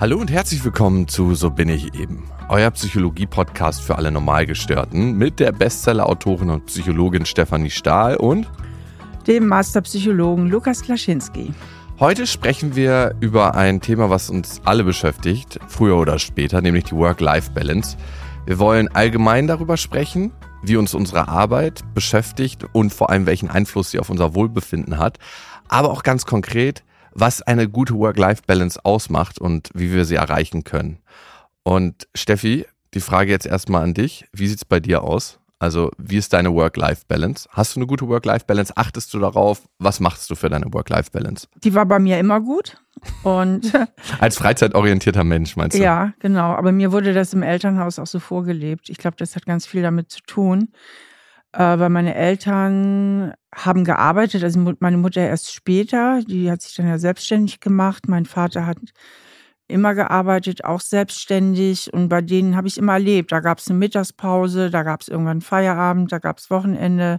Hallo und herzlich willkommen zu So bin ich eben, euer Psychologie-Podcast für alle Normalgestörten mit der Bestseller-Autorin und Psychologin Stefanie Stahl und dem Masterpsychologen Lukas Klaschinski. Heute sprechen wir über ein Thema, was uns alle beschäftigt, früher oder später, nämlich die Work-Life-Balance. Wir wollen allgemein darüber sprechen, wie uns unsere Arbeit beschäftigt und vor allem welchen Einfluss sie auf unser Wohlbefinden hat, aber auch ganz konkret, was eine gute Work-Life-Balance ausmacht und wie wir sie erreichen können. Und Steffi, die Frage jetzt erstmal an dich. Wie sieht es bei dir aus? Also wie ist deine Work-Life-Balance? Hast du eine gute Work-Life-Balance? Achtest du darauf? Was machst du für deine Work-Life-Balance? Die war bei mir immer gut. Und als freizeitorientierter Mensch, meinst du? Ja, genau. Aber mir wurde das im Elternhaus auch so vorgelebt. Ich glaube, das hat ganz viel damit zu tun. Weil meine Eltern haben gearbeitet, also meine Mutter erst später, die hat sich dann ja selbstständig gemacht. Mein Vater hat immer gearbeitet, auch selbstständig, und bei denen habe ich immer erlebt. Da gab es eine Mittagspause, da gab es irgendwann Feierabend, da gab es Wochenende,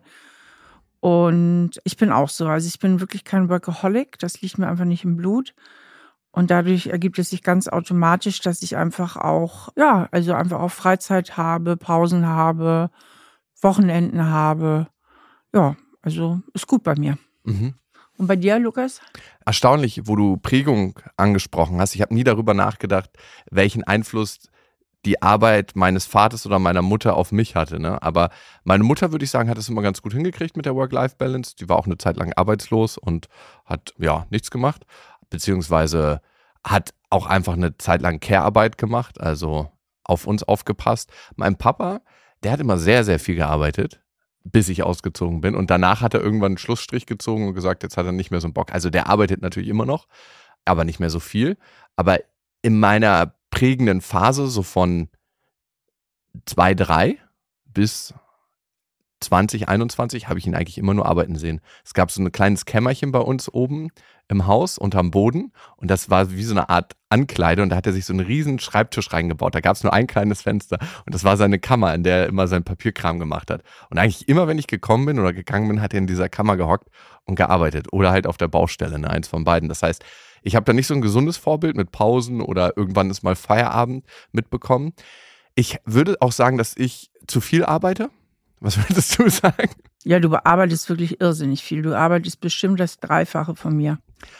und ich bin auch so. Also ich bin wirklich kein Workaholic, das liegt mir einfach nicht im Blut, und dadurch ergibt es sich ganz automatisch, dass ich einfach auch, einfach auch Freizeit habe, Pausen habe, Wochenenden habe. Ja, also ist gut bei mir. Mhm. Und bei dir, Lukas? Erstaunlich, wo du Prägung angesprochen hast. Ich habe nie darüber nachgedacht, welchen Einfluss die Arbeit meines Vaters oder meiner Mutter auf mich hatte. Ne? Aber meine Mutter, würde ich sagen, hat es immer ganz gut hingekriegt mit der Work-Life-Balance. Die war auch eine Zeit lang arbeitslos und hat nichts gemacht. Beziehungsweise hat auch einfach eine Zeit lang Care-Arbeit gemacht, also auf uns aufgepasst. Mein Papa, der hat immer sehr, sehr viel gearbeitet, bis ich ausgezogen bin. Und danach hat er irgendwann einen Schlussstrich gezogen und gesagt, jetzt hat er nicht mehr so einen Bock. Also der arbeitet natürlich immer noch, aber nicht mehr so viel. Aber in meiner prägenden Phase, so von 2, 3 bis 2021, habe ich ihn eigentlich immer nur arbeiten sehen. Es gab so ein kleines Kämmerchen bei uns oben im Haus unterm Boden, und das war wie so eine Art Ankleide, und da hat er sich so einen riesen Schreibtisch reingebaut. Da gab es nur ein kleines Fenster, und das war seine Kammer, in der er immer seinen Papierkram gemacht hat. Und eigentlich immer, wenn ich gekommen bin oder gegangen bin, hat er in dieser Kammer gehockt und gearbeitet oder halt auf der Baustelle, eins von beiden. Das heißt, ich habe da nicht so ein gesundes Vorbild mit Pausen oder irgendwann ist mal Feierabend mitbekommen. Ich würde auch sagen, dass ich zu viel arbeite. Was würdest du sagen? Ja, du arbeitest wirklich irrsinnig viel. Du arbeitest bestimmt das Dreifache von mir.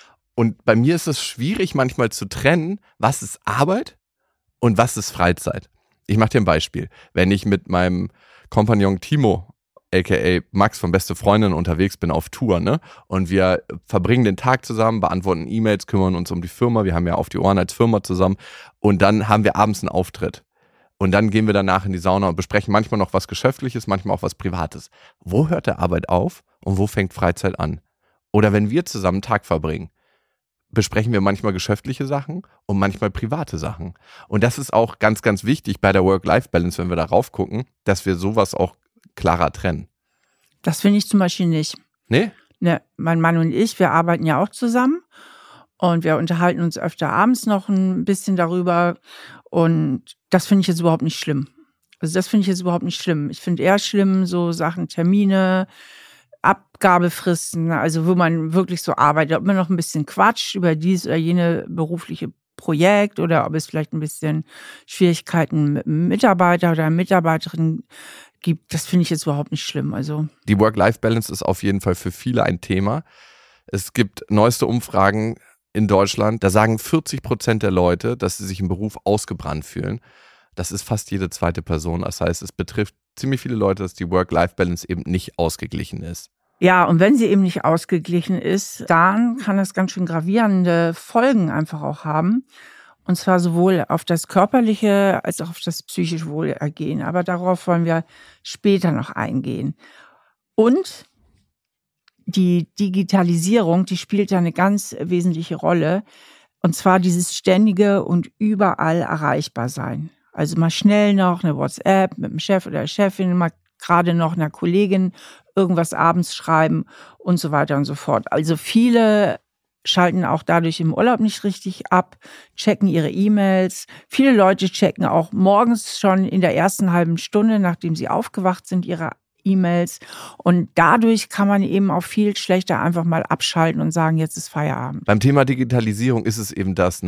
Und bei mir ist es schwierig, manchmal zu trennen, was ist Arbeit und was ist Freizeit. Ich mache dir ein Beispiel. Wenn ich mit meinem Kompagnon Timo, aka Max von Beste Freundin, unterwegs bin auf Tour, ne? Und wir verbringen den Tag zusammen, beantworten E-Mails, kümmern uns um die Firma. Wir haben ja auf die Ohren als Firma zusammen. Und dann haben wir abends einen Auftritt. Und dann gehen wir danach in die Sauna und besprechen manchmal noch was Geschäftliches, manchmal auch was Privates. Wo hört der Arbeit auf und wo fängt Freizeit an? Oder wenn wir zusammen einen Tag verbringen, besprechen wir manchmal geschäftliche Sachen und manchmal private Sachen. Und das ist auch ganz, ganz wichtig bei der Work-Life-Balance, wenn wir darauf gucken, dass wir sowas auch klarer trennen. Das finde ich zum Beispiel nicht. Nee? Ne, mein Mann und ich, wir arbeiten ja auch zusammen. Und wir unterhalten uns öfter abends noch ein bisschen darüber. Und das finde ich jetzt überhaupt nicht schlimm. Also das finde ich jetzt überhaupt nicht schlimm. Ich finde eher schlimm so Sachen, Termine, Abgabefristen, also wo man wirklich so arbeitet, ob man noch ein bisschen quatscht über dies oder jene berufliche Projekt oder ob es vielleicht ein bisschen Schwierigkeiten mit einem Mitarbeiter oder einer Mitarbeiterin gibt. Das finde ich jetzt überhaupt nicht schlimm. Also die Work-Life-Balance ist auf jeden Fall für viele ein Thema. Es gibt neueste Umfragen in Deutschland, da sagen 40% der Leute, dass sie sich im Beruf ausgebrannt fühlen. Das ist fast jede zweite Person. Das heißt, es betrifft ziemlich viele Leute, dass die Work-Life-Balance eben nicht ausgeglichen ist. Ja, und wenn sie eben nicht ausgeglichen ist, dann kann das ganz schön gravierende Folgen einfach auch haben. Und zwar sowohl auf das körperliche als auch auf das psychische Wohlergehen. Aber darauf wollen wir später noch eingehen. Und die Digitalisierung, die spielt ja eine ganz wesentliche Rolle. Und zwar dieses ständige und überall erreichbar sein. Also mal schnell noch eine WhatsApp mit dem Chef oder der Chefin, mal gerade noch einer Kollegin irgendwas abends schreiben und so weiter und so fort. Also viele schalten auch dadurch im Urlaub nicht richtig ab, checken ihre E-Mails. Viele Leute checken auch morgens schon in der ersten halben Stunde, nachdem sie aufgewacht sind, ihre E-Mails. Und dadurch kann man eben auch viel schlechter einfach mal abschalten und sagen, jetzt ist Feierabend. Beim Thema Digitalisierung ist es eben das, ne?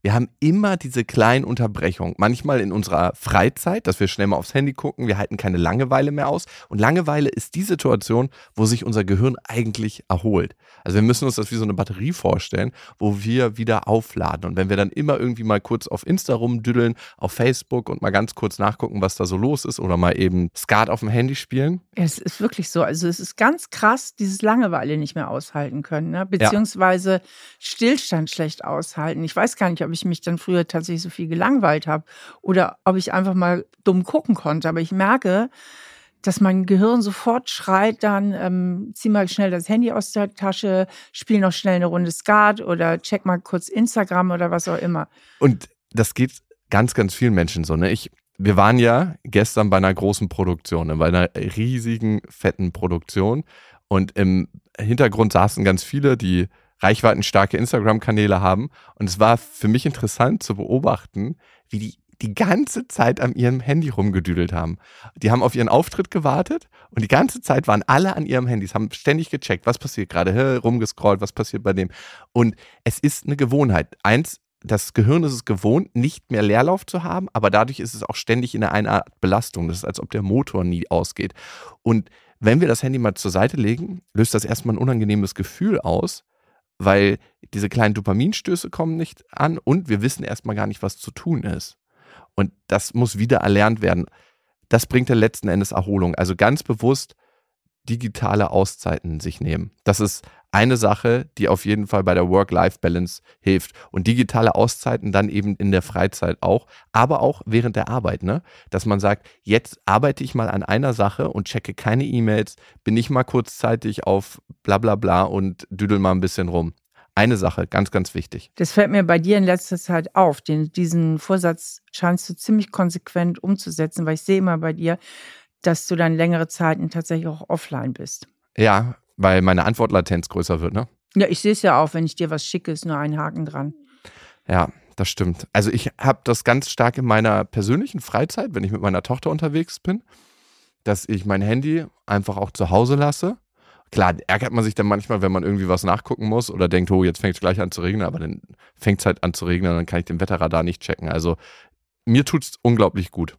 wir haben immer diese kleinen Unterbrechungen. Manchmal in unserer Freizeit, dass wir schnell mal aufs Handy gucken, wir halten keine Langeweile mehr aus. Und Langeweile ist die Situation, wo sich unser Gehirn eigentlich erholt. Also wir müssen uns das wie so eine Batterie vorstellen, wo wir wieder aufladen. Und wenn wir dann immer irgendwie mal kurz auf Insta rumdüdeln, auf Facebook und mal ganz kurz nachgucken, was da so los ist oder mal eben Skat auf dem Handy spielen. Es ist wirklich so. Also es ist ganz krass, dieses Langeweile nicht mehr aushalten können, ne? Beziehungsweise Stillstand schlecht aushalten. Ich weiß gar nicht, ob ich mich dann früher tatsächlich so viel gelangweilt habe oder ob ich einfach mal dumm gucken konnte. Aber ich merke, dass mein Gehirn sofort schreit dann, zieh mal schnell das Handy aus der Tasche, spiel noch schnell eine Runde Skat oder check mal kurz Instagram oder was auch immer. Und das geht ganz, ganz vielen Menschen so, ne? Wir waren ja gestern bei einer großen Produktion, ne? Bei einer riesigen, fetten Produktion. Und im Hintergrund saßen ganz viele, die reichweitenstarke Instagram-Kanäle haben. Und es war für mich interessant zu beobachten, wie die ganze Zeit an ihrem Handy rumgedüdelt haben. Die haben auf ihren Auftritt gewartet und die ganze Zeit waren alle an ihrem Handy, haben ständig gecheckt, was passiert gerade, rumgescrollt, was passiert bei dem. Und es ist eine Gewohnheit. Das Gehirn ist es gewohnt, nicht mehr Leerlauf zu haben, aber dadurch ist es auch ständig in einer Art Belastung. Das ist, als ob der Motor nie ausgeht. Und wenn wir das Handy mal zur Seite legen, löst das erstmal ein unangenehmes Gefühl aus, weil diese kleinen Dopaminstöße kommen nicht an und wir wissen erstmal gar nicht, was zu tun ist. Und das muss wieder erlernt werden. Das bringt ja letzten Endes Erholung. Also ganz bewusst digitale Auszeiten sich nehmen. Das ist eine Sache, die auf jeden Fall bei der Work-Life-Balance hilft. Und digitale Auszeiten dann eben in der Freizeit auch, aber auch während der Arbeit, ne? Dass man sagt, jetzt arbeite ich mal an einer Sache und checke keine E-Mails, bin nicht mal kurzzeitig auf bla bla bla und düdel mal ein bisschen rum. Eine Sache, ganz, ganz wichtig. Das fällt mir bei dir in letzter Zeit auf. Diesen Vorsatz scheinst du ziemlich konsequent umzusetzen, weil ich sehe immer bei dir, dass du dann längere Zeiten tatsächlich auch offline bist. Ja, weil meine Antwortlatenz größer wird, ne? Ja, ich sehe es ja auch, wenn ich dir was schicke, ist nur ein Haken dran. Ja, das stimmt. Also ich habe das ganz stark in meiner persönlichen Freizeit, wenn ich mit meiner Tochter unterwegs bin, dass ich mein Handy einfach auch zu Hause lasse. Klar, ärgert man sich dann manchmal, wenn man irgendwie was nachgucken muss oder denkt, oh, jetzt fängt es gleich an zu regnen, aber dann fängt es halt an zu regnen und dann kann ich den Wetterradar nicht checken. Also mir tut es unglaublich gut.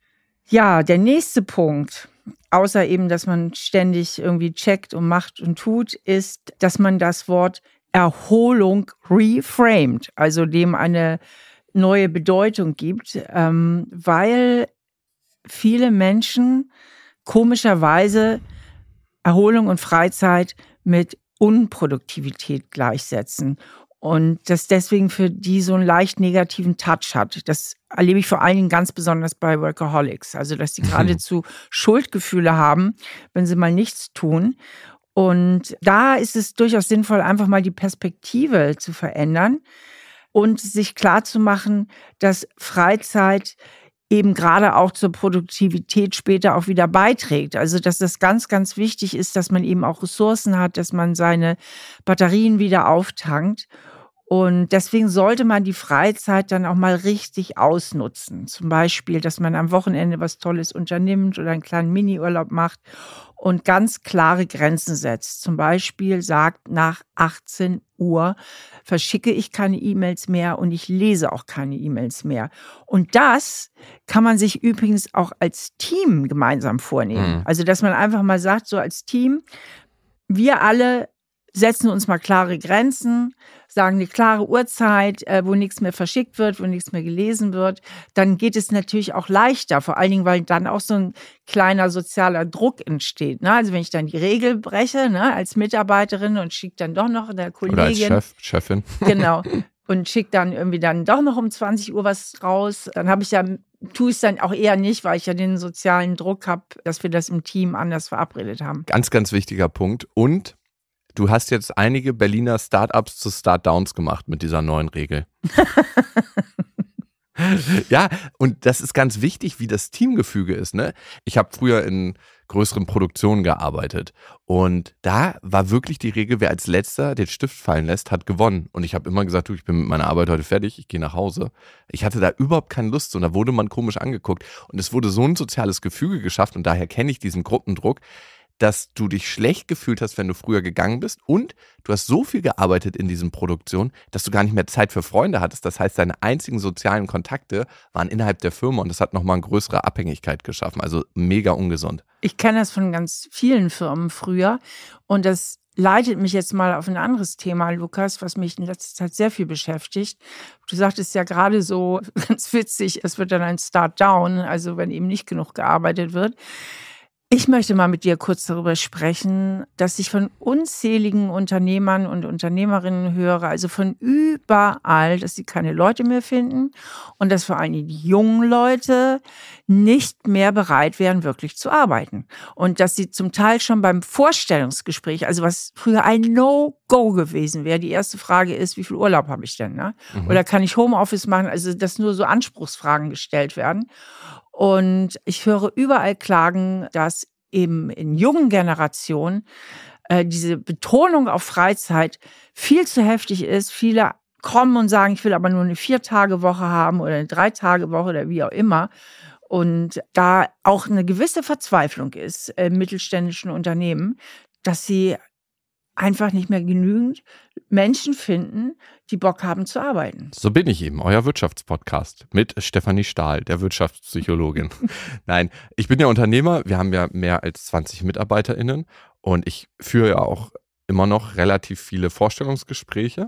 Ja, der nächste Punkt, außer eben, dass man ständig irgendwie checkt und macht und tut, ist, dass man das Wort Erholung reframed, also dem eine neue Bedeutung gibt, weil viele Menschen komischerweise Erholung und Freizeit mit Unproduktivität gleichsetzen und das deswegen für die so einen leicht negativen Touch hat. Das erlebe ich vor allen Dingen ganz besonders bei Workaholics, also dass die geradezu Schuldgefühle haben, wenn sie mal nichts tun. Und da ist es durchaus sinnvoll, einfach mal die Perspektive zu verändern und sich klarzumachen, dass Freizeit eben gerade auch zur Produktivität später auch wieder beiträgt. Also dass das ganz, ganz wichtig ist, dass man eben auch Ressourcen hat, dass man seine Batterien wieder auftankt. Und deswegen sollte man die Freizeit dann auch mal richtig ausnutzen. Zum Beispiel, dass man am Wochenende was Tolles unternimmt oder einen kleinen Miniurlaub macht und ganz klare Grenzen setzt. Zum Beispiel sagt, nach 18 Uhr verschicke ich keine E-Mails mehr und ich lese auch keine E-Mails mehr. Und das kann man sich übrigens auch als Team gemeinsam vornehmen. Also, dass man einfach mal sagt, so als Team, wir alle setzen uns mal klare Grenzen, sagen eine klare Uhrzeit, wo nichts mehr verschickt wird, wo nichts mehr gelesen wird. Dann geht es natürlich auch leichter, vor allen Dingen, weil dann auch so ein kleiner sozialer Druck entsteht. Ne? Also wenn ich dann die Regel breche, ne, als Mitarbeiterin und schicke dann doch noch der Kollegin. Oder als Chefin. Genau. Und schicke dann irgendwie dann doch noch um 20 Uhr was raus. Dann tue ich es dann auch eher nicht, weil ich ja den sozialen Druck habe, dass wir das im Team anders verabredet haben. Ganz, ganz wichtiger Punkt. Und du hast jetzt einige Berliner Startups zu Startdowns gemacht mit dieser neuen Regel. Ja, und das ist ganz wichtig, wie das Teamgefüge ist, ne? Ich habe früher in größeren Produktionen gearbeitet und da war wirklich die Regel, wer als Letzter den Stift fallen lässt, hat gewonnen. Und ich habe immer gesagt, du, ich bin mit meiner Arbeit heute fertig, ich gehe nach Hause. Ich hatte da überhaupt keine Lust zu und da wurde man komisch angeguckt. Und es wurde so ein soziales Gefüge geschafft und daher kenne ich diesen Gruppendruck. dass du dich schlecht gefühlt hast, wenn du früher gegangen bist und du hast so viel gearbeitet in diesen Produktionen, dass du gar nicht mehr Zeit für Freunde hattest. Das heißt, deine einzigen sozialen Kontakte waren innerhalb der Firma und das hat nochmal eine größere Abhängigkeit geschaffen. Also mega ungesund. Ich kenne das von ganz vielen Firmen früher und das leitet mich jetzt mal auf ein anderes Thema, Lukas, was mich in letzter Zeit sehr viel beschäftigt. Du sagtest ja gerade so, ganz witzig, es wird dann ein Start-Down, also wenn eben nicht genug gearbeitet wird. Ich möchte mal mit dir kurz darüber sprechen, dass ich von unzähligen Unternehmern und Unternehmerinnen höre, also von überall, dass sie keine Leute mehr finden und dass vor allem die jungen Leute nicht mehr bereit wären, wirklich zu arbeiten. Und dass sie zum Teil schon beim Vorstellungsgespräch, also was früher ein No-Go gewesen wäre, die erste Frage ist, wie viel Urlaub habe ich denn? Ne? Oder kann ich Homeoffice machen? Also dass nur so Anspruchsfragen gestellt werden. Und ich höre überall Klagen, dass eben in jungen Generationen diese Betonung auf Freizeit viel zu heftig ist. Viele kommen und sagen, ich will aber nur eine 4-Tage-Woche haben oder eine 3-Tage-Woche oder wie auch immer. Und da auch eine gewisse Verzweiflung ist im mittelständischen Unternehmen, dass sie einfach nicht mehr genügend Menschen finden, die Bock haben zu arbeiten. So bin ich eben, euer Wirtschaftspodcast mit Stefanie Stahl, der Wirtschaftspsychologin. Nein, ich bin ja Unternehmer, wir haben ja mehr als 20 MitarbeiterInnen und ich führe ja auch immer noch relativ viele Vorstellungsgespräche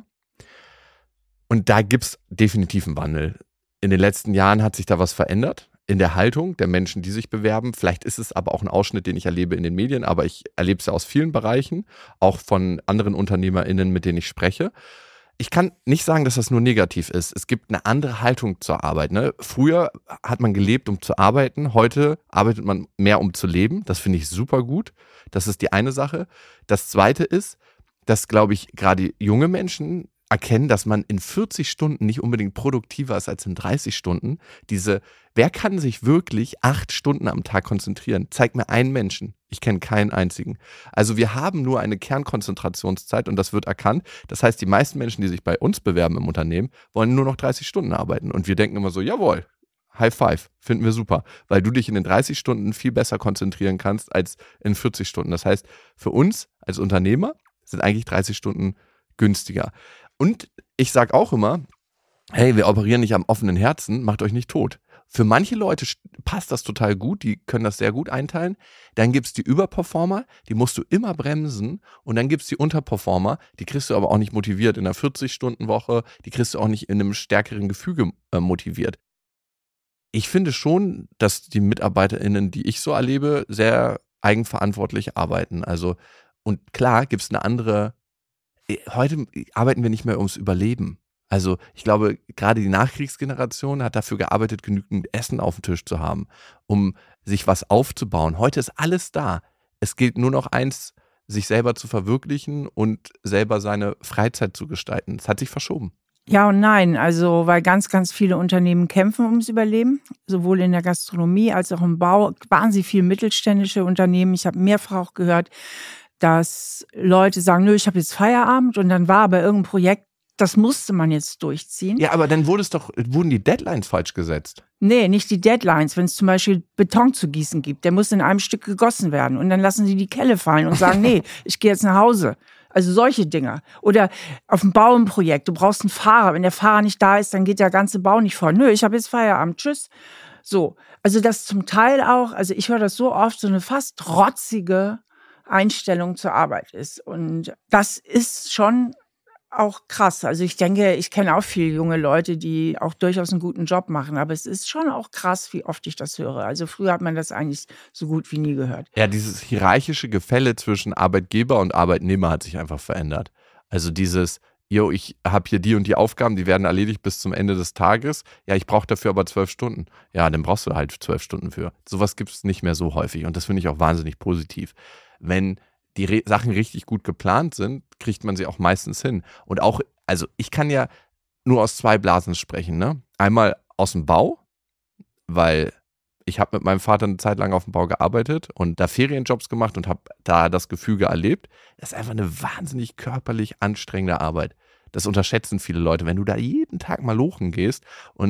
und da gibt es definitiv einen Wandel. In den letzten Jahren hat sich da was verändert. In der Haltung der Menschen, die sich bewerben. Vielleicht ist es aber auch ein Ausschnitt, den ich erlebe in den Medien, aber ich erlebe es ja aus vielen Bereichen, auch von anderen UnternehmerInnen, mit denen ich spreche. Ich kann nicht sagen, dass das nur negativ ist. Es gibt eine andere Haltung zur Arbeit. Ne? Früher hat man gelebt, um zu arbeiten. Heute arbeitet man mehr, um zu leben. Das finde ich super gut. Das ist die eine Sache. Das zweite ist, dass, glaube ich, gerade junge Menschen erkennen, dass man in 40 Stunden nicht unbedingt produktiver ist als in 30 Stunden. Wer kann sich wirklich 8 Stunden am Tag konzentrieren? Zeig mir einen Menschen. Ich kenne keinen einzigen. Also wir haben nur eine Kernkonzentrationszeit und das wird erkannt. Das heißt, die meisten Menschen, die sich bei uns bewerben im Unternehmen, wollen nur noch 30 Stunden arbeiten. Und wir denken immer so, jawohl, High Five, finden wir super. Weil du dich in den 30 Stunden viel besser konzentrieren kannst als in 40 Stunden. Das heißt, für uns als Unternehmer sind eigentlich 30 Stunden günstiger. Und ich sage auch immer, hey, wir operieren nicht am offenen Herzen, macht euch nicht tot. Für manche Leute passt das total gut, die können das sehr gut einteilen. Dann gibt es die Überperformer, die musst du immer bremsen. Und dann gibt es die Unterperformer, die kriegst du aber auch nicht motiviert in einer 40-Stunden-Woche, die kriegst du auch nicht in einem stärkeren Gefüge motiviert. Ich finde schon, dass die MitarbeiterInnen, die ich so erlebe, sehr eigenverantwortlich arbeiten. Also, und klar gibt es eine andere. Heute arbeiten wir nicht mehr ums Überleben. Also ich glaube, gerade die Nachkriegsgeneration hat dafür gearbeitet, genügend Essen auf dem Tisch zu haben, um sich was aufzubauen. Heute ist alles da. Es gilt nur noch eins, sich selber zu verwirklichen und selber seine Freizeit zu gestalten. Es hat sich verschoben. Ja und nein, also weil ganz, ganz viele Unternehmen kämpfen ums Überleben, sowohl in der Gastronomie als auch im Bau. Wahnsinnig viele mittelständische Unternehmen. Ich habe mehrfach auch gehört, dass Leute sagen, nö, ich habe jetzt Feierabend und dann war aber irgendein Projekt, das musste man jetzt durchziehen. Ja, aber dann wurden die Deadlines falsch gesetzt. Nee, nicht die Deadlines. Wenn es zum Beispiel Beton zu gießen gibt, der muss in einem Stück gegossen werden und dann lassen sie die Kelle fallen und sagen, nee, ich gehe jetzt nach Hause. Also solche Dinger. Oder auf dem Bau ein Projekt, du brauchst einen Fahrer. Wenn der Fahrer nicht da ist, dann geht der ganze Bau nicht vor. Nö, ich habe jetzt Feierabend, tschüss. So, also das zum Teil auch, also ich höre das so oft, so eine fast trotzige Einstellung zur Arbeit ist. Und das ist schon auch krass. Also ich denke, ich kenne auch viele junge Leute, die auch durchaus einen guten Job machen. Aber es ist schon auch krass, wie oft ich das höre. Also früher hat man das eigentlich so gut wie nie gehört. Ja, dieses hierarchische Gefälle zwischen Arbeitgeber und Arbeitnehmer hat sich einfach verändert. Also dieses, ich habe hier die und die Aufgaben, die werden erledigt bis zum Ende des Tages. Ja, ich brauche dafür aber 12 Stunden. Ja, dann brauchst du halt 12 Stunden für. Sowas gibt es nicht mehr so häufig und das finde ich auch wahnsinnig positiv. Wenn die Sachen richtig gut geplant sind, kriegt man sie auch meistens hin. Und auch, also ich kann ja nur aus 2 Blasen sprechen, ne? Einmal aus dem Bau, weil ich habe mit meinem Vater eine Zeit lang auf dem Bau gearbeitet und da Ferienjobs gemacht und habe da das Gefüge erlebt. Das ist einfach eine wahnsinnig körperlich anstrengende Arbeit. Das unterschätzen viele Leute. Wenn du da jeden Tag mal lochen gehst und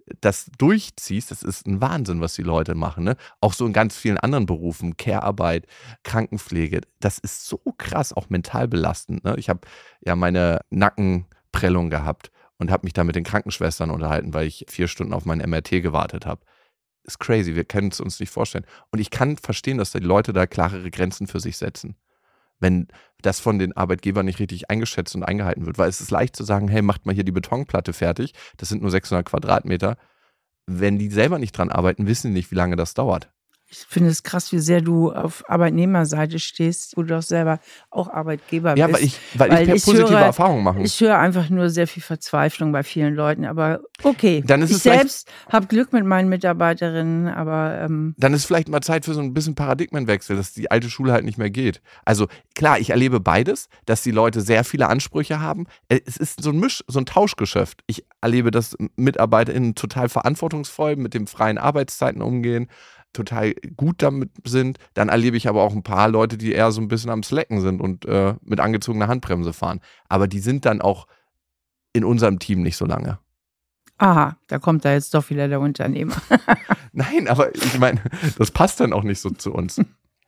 das durchziehst, das ist ein Wahnsinn, was die Leute machen. Ne? Auch so in ganz vielen anderen Berufen, Care-Arbeit, Krankenpflege, das ist so krass, auch mental belastend. Ne? Ich habe ja meine Nackenprellung gehabt und habe mich da mit den Krankenschwestern unterhalten, weil ich 4 Stunden auf mein MRT gewartet habe. Ist crazy, wir können es uns nicht vorstellen. Und ich kann verstehen, dass die Leute da klarere Grenzen für sich setzen. Wenn das von den Arbeitgebern nicht richtig eingeschätzt und eingehalten wird. Weil es ist leicht zu sagen, hey, macht mal hier die Betonplatte fertig, das sind nur 600 Quadratmeter. Wenn die selber nicht dran arbeiten, wissen die nicht, wie lange das dauert. Ich finde es krass, wie sehr du auf Arbeitnehmerseite stehst, wo du doch selber auch Arbeitgeber Ja, bist. weil ich positive Erfahrungen mache. Ich höre einfach nur sehr viel Verzweiflung bei vielen Leuten. Aber okay, Dann ist ich es vielleicht- selbst habe Glück mit meinen Mitarbeiterinnen, aber Dann ist vielleicht mal Zeit für so ein bisschen Paradigmenwechsel, dass die alte Schule halt nicht mehr geht. Also klar, ich erlebe beides, dass die Leute sehr viele Ansprüche haben. Es ist so ein Tauschgeschäft. Ich erlebe, dass MitarbeiterInnen total verantwortungsvoll mit den freien Arbeitszeiten umgehen, total gut damit sind. Dann erlebe ich aber auch ein paar Leute, die eher so ein bisschen am Slacken sind und mit angezogener Handbremse fahren. Aber die sind dann auch in unserem Team nicht so lange. aha, da kommt da jetzt doch wieder der Unternehmer. Nein, aber ich meine, das passt dann auch nicht so zu uns.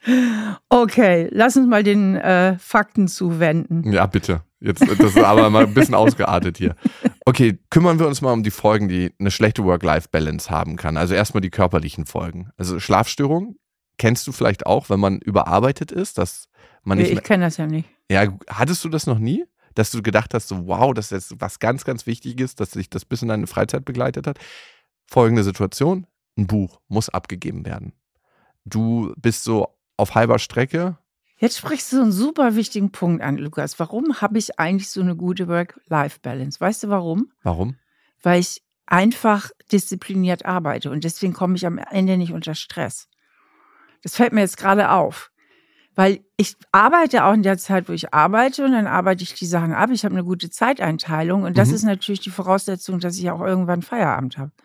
Okay, lass uns mal den Fakten zuwenden. Ja, bitte. Jetzt, das ist aber mal ein bisschen ausgeartet hier. Okay, kümmern wir uns mal um die Folgen, die eine schlechte Work-Life-Balance haben kann. Also erstmal die körperlichen Folgen. Also Schlafstörungen kennst du vielleicht auch, wenn man überarbeitet ist, dass man nicht Ich kenne das ja nicht. Ja, hattest du das noch nie? Dass du gedacht hast, so wow, das ist jetzt was ganz, ganz Wichtiges, dass sich das bis in deine Freizeit begleitet hat? Folgende Situation, ein Buch muss abgegeben werden. Du bist so auf halber Strecke. Jetzt sprichst du so einen super wichtigen Punkt an, Lukas. Warum habe ich eigentlich so eine gute Work-Life-Balance? Weißt du warum? Warum? Weil ich einfach diszipliniert arbeite und deswegen komme ich am Ende nicht unter Stress. Das fällt mir jetzt gerade auf. Weil ich arbeite auch in der Zeit, wo ich arbeite und dann arbeite ich die Sachen ab. Ich habe eine gute Zeiteinteilung und das ist natürlich die Voraussetzung, dass ich auch irgendwann Feierabend habe.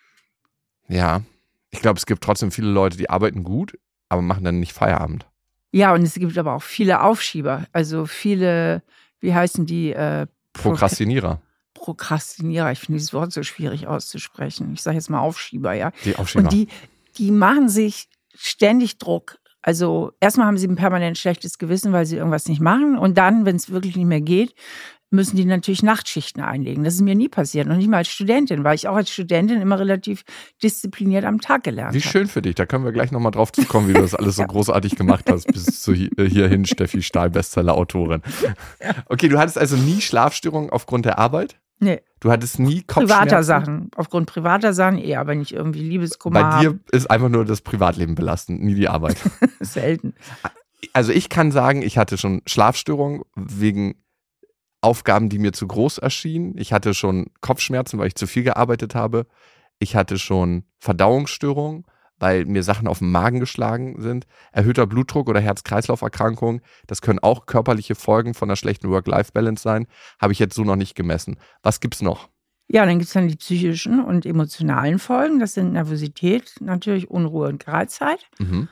Ja, ich glaube, es gibt trotzdem viele Leute, die arbeiten gut, aber machen dann nicht Feierabend. Ja, und es gibt aber auch viele Aufschieber. Also viele, wie heißen die? Prokrastinierer. Prokrastinierer. Ich finde dieses Wort so schwierig auszusprechen. Ich sage jetzt mal Aufschieber, ja. Die Aufschieber. Und die machen sich ständig Druck. Also erstmal haben sie ein permanent schlechtes Gewissen, weil sie irgendwas nicht machen. Und dann, wenn es wirklich nicht mehr geht, müssen die natürlich Nachtschichten einlegen. Das ist mir nie passiert. Noch nicht mal als Studentin, weil ich auch als Studentin immer relativ diszipliniert am Tag gelernt habe. Wie schön für dich. Da können wir gleich nochmal drauf zukommen, wie du das alles so großartig gemacht hast. Bis zu hierhin, Steffi Stahl, Bestseller-Autorin. Okay, du hattest also nie Schlafstörungen aufgrund der Arbeit? Nee. Du hattest nie Kopfschmerzen? Privater Sachen. Aufgrund privater Sachen eher, aber nicht irgendwie Liebeskummer. Bei dir ist einfach nur das Privatleben belastend, nie die Arbeit. Selten. Also ich kann sagen, ich hatte schon Schlafstörungen wegen Aufgaben, die mir zu groß erschienen. Ich hatte schon Kopfschmerzen, weil ich zu viel gearbeitet habe. Ich hatte schon Verdauungsstörungen, weil mir Sachen auf den Magen geschlagen sind. Erhöhter Blutdruck oder Herz-Kreislauf-Erkrankungen, das können auch körperliche Folgen von einer schlechten Work-Life-Balance sein. Habe ich jetzt so noch nicht gemessen. Was gibt's noch? Ja, dann gibt es dann die psychischen und emotionalen Folgen. Das sind Nervosität, natürlich Unruhe und Gereiztheit. Mhm.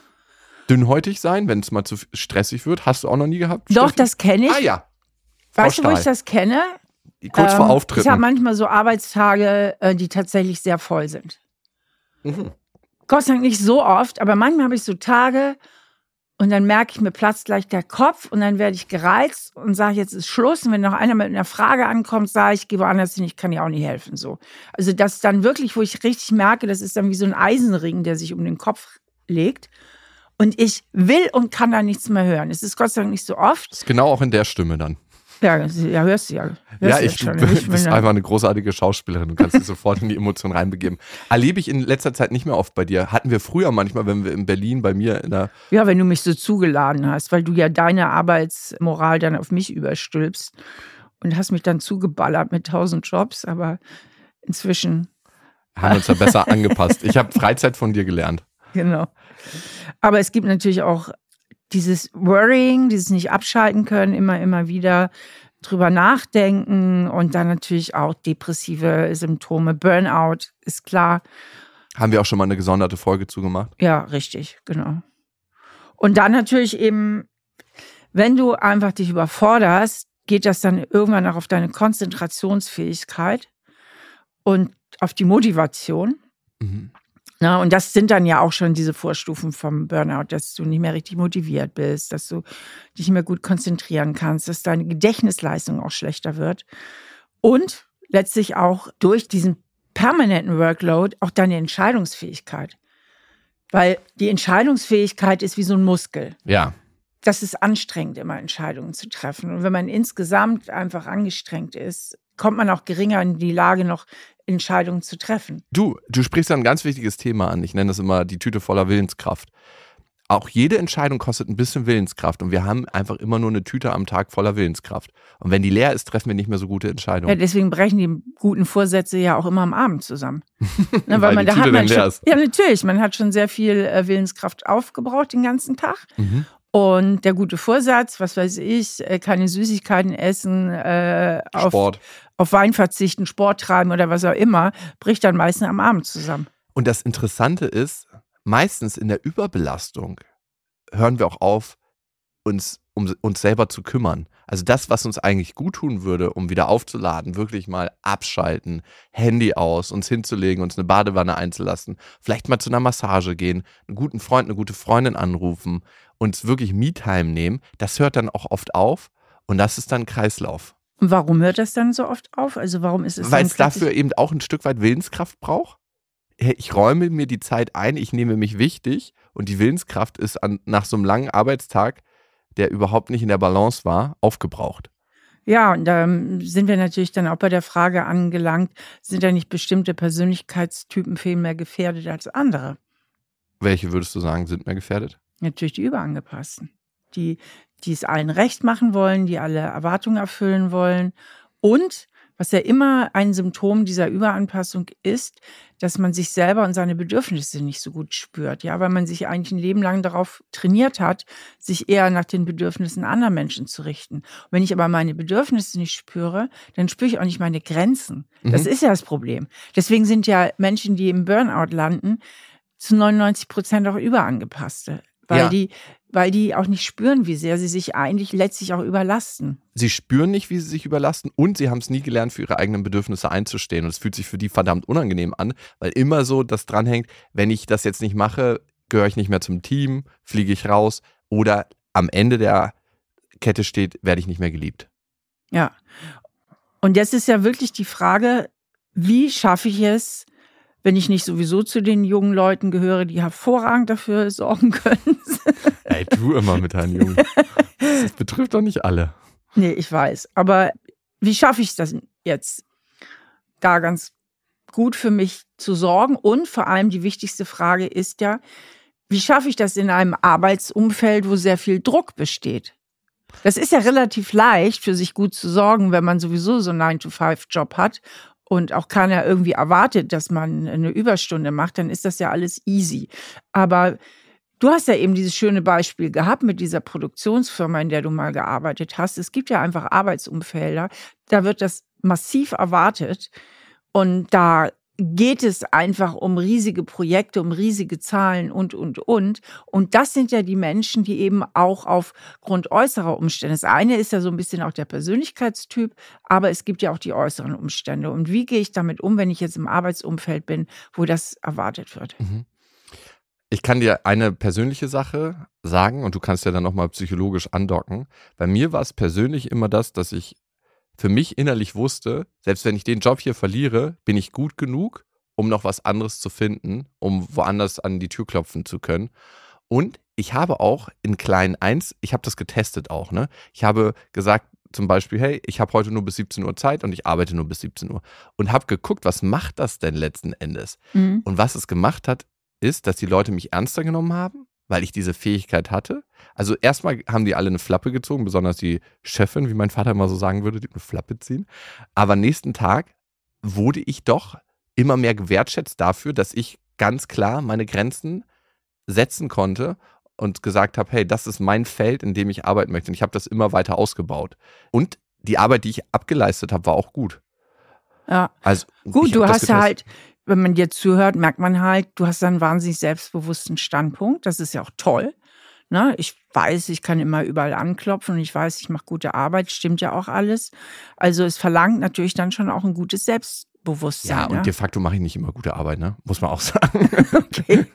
Dünnhäutig sein, wenn es mal zu stressig wird. Hast du auch noch nie gehabt? Doch, Steffi? das kenne ich. Ah ja. Weißt du, wo Stahl. ich das kenne? Kurz vor Auftritten. Ich habe manchmal so Arbeitstage, die tatsächlich sehr voll sind. Mhm. Gott sei Dank nicht so oft, aber manchmal habe ich so Tage und dann merke ich, mir platzt gleich der Kopf und dann werde ich gereizt und sage, jetzt ist Schluss. Und wenn noch einer mit einer Frage ankommt, sage ich, geh woanders hin, ich kann dir auch nicht helfen. So. Also das dann wirklich, wo ich richtig merke, das ist dann wie so ein Eisenring, der sich um den Kopf legt. Und ich will und kann da nichts mehr hören. Es ist Gott sei Dank nicht so oft. Das ist genau auch in der Stimme dann. Ja, hörst du ja. Ja, du bist einfach eine großartige Schauspielerin. Du kannst dich sofort in die Emotionen reinbegeben. Erlebe ich in letzter Zeit nicht mehr oft bei dir. Hatten wir früher manchmal, wenn wir in Berlin bei mir in der... Ja, wenn du mich so zugeladen hast, weil du ja deine Arbeitsmoral dann auf mich überstülpst und hast mich dann zugeballert mit 1000 Jobs, aber inzwischen... Haben wir uns ja besser angepasst. Ich habe Freizeit von dir gelernt. Genau. Aber es gibt natürlich auch dieses Worrying, dieses nicht abschalten können, immer wieder drüber nachdenken und dann natürlich auch depressive Symptome. Burnout ist klar. Haben wir auch schon mal eine gesonderte Folge zugemacht? Ja, richtig, genau. Und dann natürlich eben, wenn du einfach dich überforderst, geht das dann irgendwann auch auf deine Konzentrationsfähigkeit und auf die Motivation. Mhm. Na, und das sind dann ja auch schon diese Vorstufen vom Burnout, dass du nicht mehr richtig motiviert bist, dass du dich nicht mehr gut konzentrieren kannst, dass deine Gedächtnisleistung auch schlechter wird. Und letztlich auch durch diesen permanenten Workload auch deine Entscheidungsfähigkeit. Weil die Entscheidungsfähigkeit ist wie so ein Muskel. Ja. Das ist anstrengend, immer Entscheidungen zu treffen. Und wenn man insgesamt einfach angestrengt ist, kommt man auch geringer in die Lage, noch Entscheidungen zu treffen. Du sprichst da ein ganz wichtiges Thema an. Ich nenne das immer die Tüte voller Willenskraft. Auch jede Entscheidung kostet ein bisschen Willenskraft und wir haben einfach immer nur eine Tüte am Tag voller Willenskraft. Und wenn die leer ist, treffen wir nicht mehr so gute Entscheidungen. Ja, deswegen brechen die guten Vorsätze ja auch immer am Abend zusammen. Ne, Weil die Tüte dann leer ist. Ja, natürlich. Man hat schon sehr viel Willenskraft aufgebraucht den ganzen Tag. Mhm. Und der gute Vorsatz, was weiß ich, keine Süßigkeiten essen, auf Wein verzichten, Sport treiben oder was auch immer, bricht dann meistens am Abend zusammen. Und das Interessante ist, meistens in der Überbelastung hören wir auch auf, uns um uns selber zu kümmern. Also das, was uns eigentlich gut tun würde, um wieder aufzuladen, wirklich mal abschalten, Handy aus, uns hinzulegen, uns eine Badewanne einzulassen, vielleicht mal zu einer Massage gehen, einen guten Freund, eine gute Freundin anrufen, uns wirklich Me-Time nehmen, das hört dann auch oft auf und das ist dann ein Kreislauf. Und warum hört das dann so oft auf? Also warum ist es Weil es dafür eben auch ein Stück weit Willenskraft braucht. Ich räume mir die Zeit ein, ich nehme mich wichtig und die Willenskraft ist nach so einem langen Arbeitstag, der überhaupt nicht in der Balance war, aufgebraucht. Ja, und da sind wir natürlich dann auch bei der Frage angelangt, sind da nicht bestimmte Persönlichkeitstypen viel mehr gefährdet als andere? Welche würdest du sagen, sind mehr gefährdet? Natürlich die Überangepassten, die es allen recht machen wollen, die alle Erwartungen erfüllen wollen. Und was ja immer ein Symptom dieser Überanpassung ist, dass man sich selber und seine Bedürfnisse nicht so gut spürt. Ja, weil man sich eigentlich ein Leben lang darauf trainiert hat, sich eher nach den Bedürfnissen anderer Menschen zu richten. Und wenn ich aber meine Bedürfnisse nicht spüre, dann spüre ich auch nicht meine Grenzen. Das ist ja das Problem. Deswegen sind ja Menschen, die im Burnout landen, zu 99% auch Überangepasste. Weil die auch nicht spüren, wie sehr sie sich eigentlich letztlich auch überlasten. Sie spüren nicht, wie sie sich überlasten und sie haben es nie gelernt, für ihre eigenen Bedürfnisse einzustehen. Und es fühlt sich für die verdammt unangenehm an, weil immer so das dranhängt, wenn ich das jetzt nicht mache, gehöre ich nicht mehr zum Team, fliege ich raus oder am Ende der Kette steht, werde ich nicht mehr geliebt. Ja, und jetzt ist ja wirklich die Frage, wie schaffe ich es, wenn ich nicht sowieso zu den jungen Leuten gehöre, die hervorragend dafür sorgen können. Ey, du immer mit deinen Jungen. Das betrifft doch nicht alle. Nee, ich weiß. Aber wie schaffe ich das jetzt, da ganz gut für mich zu sorgen? Und vor allem die wichtigste Frage ist ja, wie schaffe ich das in einem Arbeitsumfeld, wo sehr viel Druck besteht? Das ist ja relativ leicht, für sich gut zu sorgen, wenn man sowieso so einen 9-to-5-Job hat und auch keiner irgendwie erwartet, dass man eine Überstunde macht, dann ist das ja alles easy. Aber du hast ja eben dieses schöne Beispiel gehabt mit dieser Produktionsfirma, in der du mal gearbeitet hast. Es gibt ja einfach Arbeitsumfelder, da wird das massiv erwartet und da geht es einfach um riesige Projekte, um riesige Zahlen und. Und das sind ja die Menschen, die eben auch aufgrund äußerer Umstände, das eine ist ja so ein bisschen auch der Persönlichkeitstyp, aber es gibt ja auch die äußeren Umstände. Und wie gehe ich damit um, wenn ich jetzt im Arbeitsumfeld bin, wo das erwartet wird? Ich kann dir eine persönliche Sache sagen und du kannst ja dann nochmal psychologisch andocken. Bei mir war es persönlich immer das, dass ich für mich innerlich wusste, selbst wenn ich den Job hier verliere, bin ich gut genug, um noch was anderes zu finden, um woanders an die Tür klopfen zu können. Und ich habe auch in kleinen 1, ich habe das getestet auch, ne? Ich habe gesagt zum Beispiel, hey, ich habe heute nur bis 17 Uhr Zeit und ich arbeite nur bis 17 Uhr. Und habe geguckt, was macht das denn letzten Endes? Und was es gemacht hat, ist, dass die Leute mich ernster genommen haben, weil ich diese Fähigkeit hatte. Also erstmal haben die alle eine Flappe gezogen, besonders die Chefin, wie mein Vater immer so sagen würde, die eine Flappe ziehen. Aber nächsten Tag wurde ich doch immer mehr gewertschätzt dafür, dass ich ganz klar meine Grenzen setzen konnte und gesagt habe, hey, das ist mein Feld, in dem ich arbeiten möchte. Und ich habe das immer weiter ausgebaut. Und die Arbeit, die ich abgeleistet habe, war auch gut. Ja, also, gut, du hast ja halt, wenn man dir zuhört, merkt man halt, du hast einen wahnsinnig selbstbewussten Standpunkt. Das ist ja auch toll. Ne? Ich weiß, ich kann immer überall anklopfen und ich weiß, ich mache gute Arbeit, stimmt ja auch alles. Also es verlangt natürlich dann schon auch ein gutes Selbstbewusstsein. Ja, und ne? de facto mache ich nicht immer gute Arbeit, ne? Muss man auch sagen. Okay.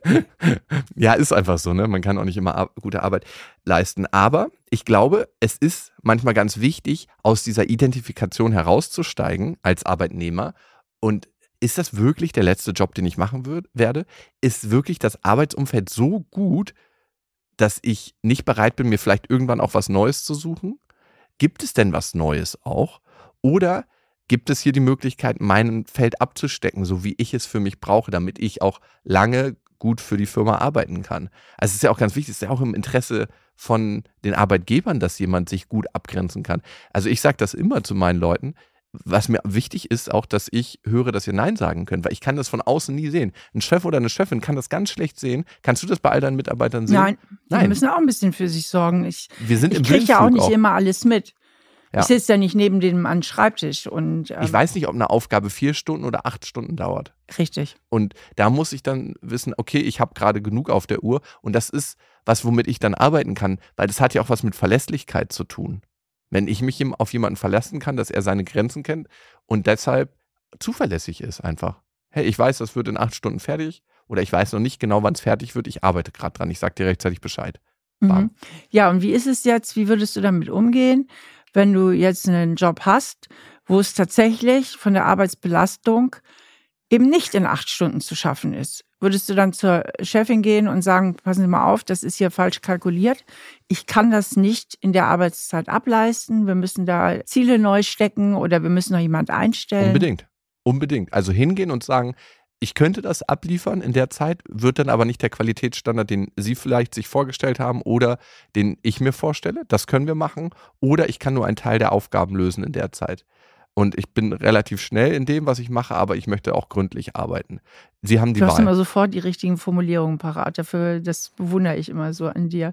Ja, ist einfach so, ne? Man kann auch nicht immer gute Arbeit leisten. Aber ich glaube, es ist manchmal ganz wichtig, aus dieser Identifikation herauszusteigen als Arbeitnehmer. Und ist das wirklich der letzte Job, den ich machen werde? Ist wirklich das Arbeitsumfeld so gut, dass ich nicht bereit bin, mir vielleicht irgendwann auch was Neues zu suchen? Gibt es denn was Neues auch? Oder gibt es hier die Möglichkeit, mein Feld abzustecken, so wie ich es für mich brauche, damit ich auch lange gut für die Firma arbeiten kann? Also es ist ja auch ganz wichtig, es ist ja auch im Interesse von den Arbeitgebern, dass jemand sich gut abgrenzen kann. Also ich sage das immer zu meinen Leuten, was mir wichtig ist auch, dass ich höre, dass ihr Nein sagen könnt, weil ich kann das von außen nie sehen. Ein Chef oder eine Chefin kann das ganz schlecht sehen. Kannst du das bei all deinen Mitarbeitern sehen? Nein, die müssen auch ein bisschen für sich sorgen. Wir sind im kriege ja auch Blindflug nicht immer alles mit. Ja. Ich sitze ja nicht neben dem an den Schreibtisch. Und, Ich weiß nicht, ob eine Aufgabe 4 Stunden oder 8 Stunden dauert. Richtig. Und da muss ich dann wissen, okay, ich habe gerade genug auf der Uhr und das ist was, womit ich dann arbeiten kann, weil das hat ja auch was mit Verlässlichkeit zu tun. Wenn ich mich auf jemanden verlassen kann, dass er seine Grenzen kennt und deshalb zuverlässig ist einfach. Hey, ich weiß, das wird in 8 Stunden fertig oder ich weiß noch nicht genau, wann es fertig wird, ich arbeite gerade dran, ich sage dir rechtzeitig Bescheid. Mhm. Ja, und wie ist es jetzt, wie würdest du damit umgehen, wenn du jetzt einen Job hast, wo es tatsächlich von der Arbeitsbelastung eben nicht in 8 Stunden zu schaffen ist? Würdest du dann zur Chefin gehen und sagen, passen Sie mal auf, das ist hier falsch kalkuliert. Ich kann das nicht in der Arbeitszeit ableisten. Wir müssen da Ziele neu stecken oder wir müssen noch jemand einstellen. Unbedingt. Also hingehen und sagen, ich könnte das abliefern in der Zeit, wird dann aber nicht der Qualitätsstandard, den Sie vielleicht sich vorgestellt haben oder den ich mir vorstelle. Das können wir machen. Oder ich kann nur einen Teil der Aufgaben lösen in der Zeit. Und ich bin relativ schnell in dem, was ich mache, aber ich möchte auch gründlich arbeiten. Sie haben die Wahl. Du hast immer sofort die richtigen Formulierungen parat. Dafür, das bewundere ich immer so an dir.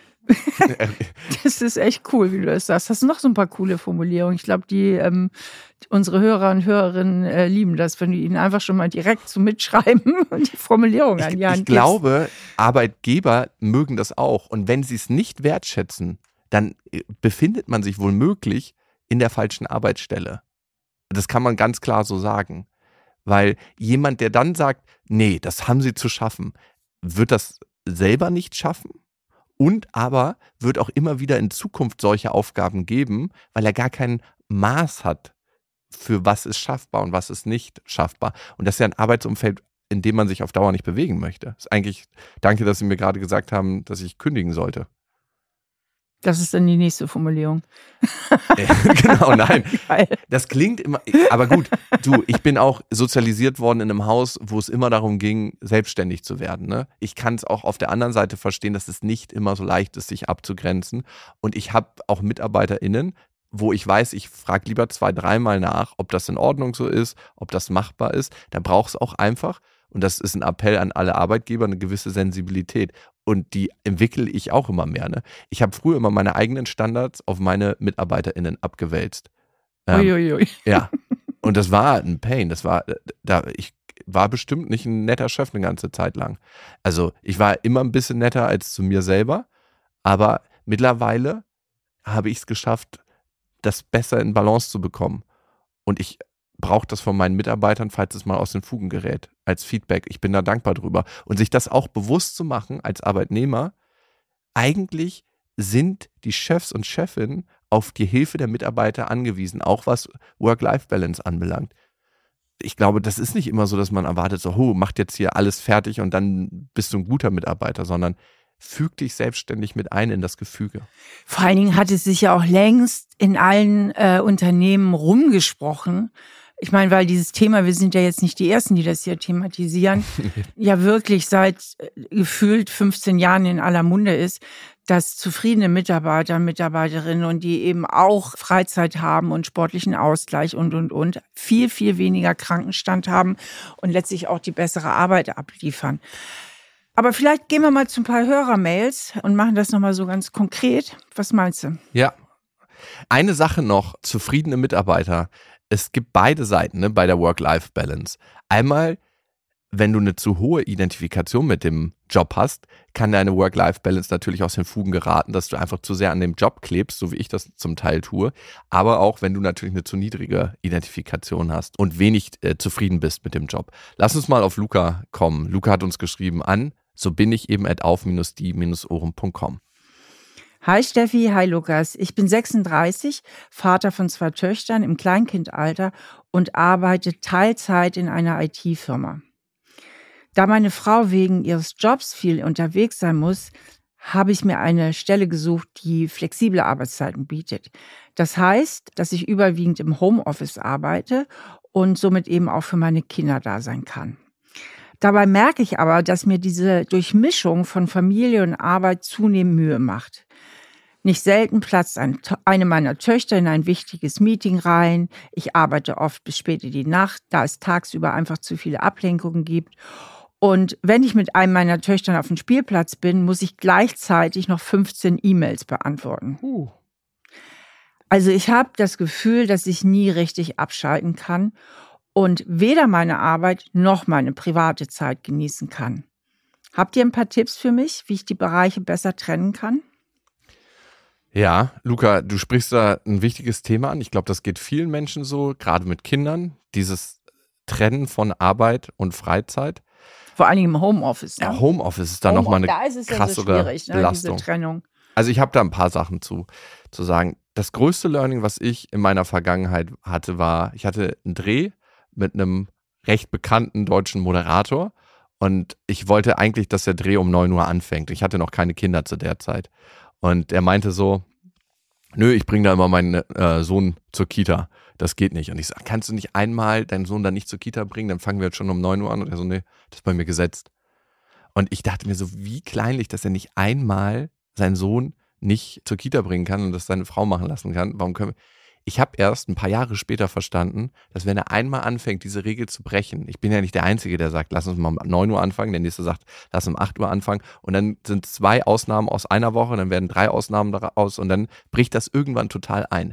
Das ist echt cool, wie du das sagst. Hast du noch so ein paar coole Formulierungen? Ich glaube, unsere Hörer und Hörerinnen lieben das, wenn du ihnen einfach schon mal direkt so mitschreiben und die Formulierung an die Hand Ich glaube, Arbeitgeber mögen das auch. Und wenn sie es nicht wertschätzen, dann befindet man sich womöglich in der falschen Arbeitsstelle. Das kann man ganz klar so sagen. Weil jemand, der dann sagt, nee, das haben sie zu schaffen, wird das selber nicht schaffen und aber wird auch immer wieder in Zukunft solche Aufgaben geben, weil er gar kein Maß hat, für was ist schaffbar und was ist nicht schaffbar. Und das ist ja ein Arbeitsumfeld, in dem man sich auf Dauer nicht bewegen möchte. Das ist eigentlich, danke, dass Sie mir gerade gesagt haben, dass ich kündigen sollte. Das ist dann die nächste Formulierung. Genau, nein. Geil. Das klingt immer, aber gut, ich bin auch sozialisiert worden in einem Haus, wo es immer darum ging, selbstständig zu werden. Ne? Ich kann es auch auf der anderen Seite verstehen, dass es nicht immer so leicht ist, sich abzugrenzen. Und ich habe auch MitarbeiterInnen, wo ich weiß, ich frage lieber 2-3 Mal nach, ob das in Ordnung so ist, ob das machbar ist. Da braucht es auch einfach, und das ist ein Appell an alle Arbeitgeber, eine gewisse Sensibilität. Und die entwickle ich auch immer mehr. Ne? Ich habe früher immer meine eigenen Standards auf meine MitarbeiterInnen abgewälzt. Uiuiui. Ja, und das war ein Pain. Ich war bestimmt nicht ein netter Chef eine ganze Zeit lang. Also ich war immer ein bisschen netter als zu mir selber, aber mittlerweile habe ich es geschafft, das besser in Balance zu bekommen. Und ich brauche das von meinen Mitarbeitern, falls es mal aus den Fugen gerät, als Feedback. Ich bin da dankbar drüber. Und sich das auch bewusst zu machen als Arbeitnehmer, eigentlich sind die Chefs und Chefinnen auf die Hilfe der Mitarbeiter angewiesen, auch was Work-Life-Balance anbelangt. Ich glaube, das ist nicht immer so, dass man erwartet, so, macht jetzt hier alles fertig und dann bist du ein guter Mitarbeiter, sondern füg dich selbstständig mit ein in das Gefüge. Vor allen Dingen hat es sich ja auch längst in allen Unternehmen rumgesprochen. Ich meine, weil dieses Thema, wir sind ja jetzt nicht die Ersten, die das hier thematisieren, ja wirklich seit gefühlt 15 Jahren in aller Munde ist, dass zufriedene Mitarbeiter, Mitarbeiterinnen und die eben auch Freizeit haben und sportlichen Ausgleich und viel, viel weniger Krankenstand haben und letztlich auch die bessere Arbeit abliefern. Aber vielleicht gehen wir mal zu ein paar Hörermails und machen das nochmal so ganz konkret. Was meinst du? Ja. Eine Sache noch, zufriedene Mitarbeiter. Es gibt beide Seiten, ne, bei der Work-Life-Balance. Einmal, wenn du eine zu hohe Identifikation mit dem Job hast, kann deine Work-Life-Balance natürlich aus den Fugen geraten, dass du einfach zu sehr an dem Job klebst, so wie ich das zum Teil tue. Aber auch, wenn du natürlich eine zu niedrige Identifikation hast und wenig zufrieden bist mit dem Job. Lass uns mal auf Luca kommen. Luca hat uns geschrieben an, so bin ich eben @auf-die-ohren.com. Hi Steffi, hi Lukas. Ich bin 36, Vater von 2 Töchtern im Kleinkindalter und arbeite Teilzeit in einer IT-Firma. Da meine Frau wegen ihres Jobs viel unterwegs sein muss, habe ich mir eine Stelle gesucht, die flexible Arbeitszeiten bietet. Das heißt, dass ich überwiegend im Homeoffice arbeite und somit eben auch für meine Kinder da sein kann. Dabei merke ich aber, dass mir diese Durchmischung von Familie und Arbeit zunehmend Mühe macht. Nicht selten platzt eine meiner Töchter in ein wichtiges Meeting rein. Ich arbeite oft bis spät in die Nacht, da es tagsüber einfach zu viele Ablenkungen gibt. Und wenn ich mit einem meiner Töchtern auf dem Spielplatz bin, muss ich gleichzeitig noch 15 E-Mails beantworten. Also ich habe das Gefühl, dass ich nie richtig abschalten kann und weder meine Arbeit noch meine private Zeit genießen kann. Habt ihr ein paar Tipps für mich, wie ich die Bereiche besser trennen kann? Ja, Luca, du sprichst da ein wichtiges Thema an. Ich glaube, das geht vielen Menschen so, gerade mit Kindern, dieses Trennen von Arbeit und Freizeit. Vor allen Dingen im Homeoffice. Ne? Ja, Homeoffice ist da nochmal eine da ist es krassere ja so schwierig, Belastung. diese Trennung. Also ich habe da ein paar Sachen zu sagen. Das größte Learning, was ich in meiner Vergangenheit hatte, war, ich hatte einen Dreh mit einem recht bekannten deutschen Moderator und ich wollte eigentlich, dass der Dreh um 9 Uhr anfängt. Ich hatte noch keine Kinder zu der Zeit. Und er meinte so, nö, ich bringe da immer meinen Sohn zur Kita. Das geht nicht. Und ich sage, kannst du nicht einmal deinen Sohn dann nicht zur Kita bringen? Dann fangen wir jetzt schon um 9 Uhr an. Und er so, nee, das ist bei mir gesetzt. Und ich dachte mir so, wie kleinlich, dass er nicht einmal seinen Sohn nicht zur Kita bringen kann und das seine Frau machen lassen kann. Warum können wir? Ich habe erst ein paar Jahre später verstanden, dass wenn er einmal anfängt, diese Regel zu brechen, ich bin ja nicht der Einzige, der sagt, lass uns mal um 9 Uhr anfangen, der nächste sagt, lass uns um 8 Uhr anfangen und dann sind 2 Ausnahmen aus einer Woche, dann werden 3 Ausnahmen daraus und dann bricht das irgendwann total ein.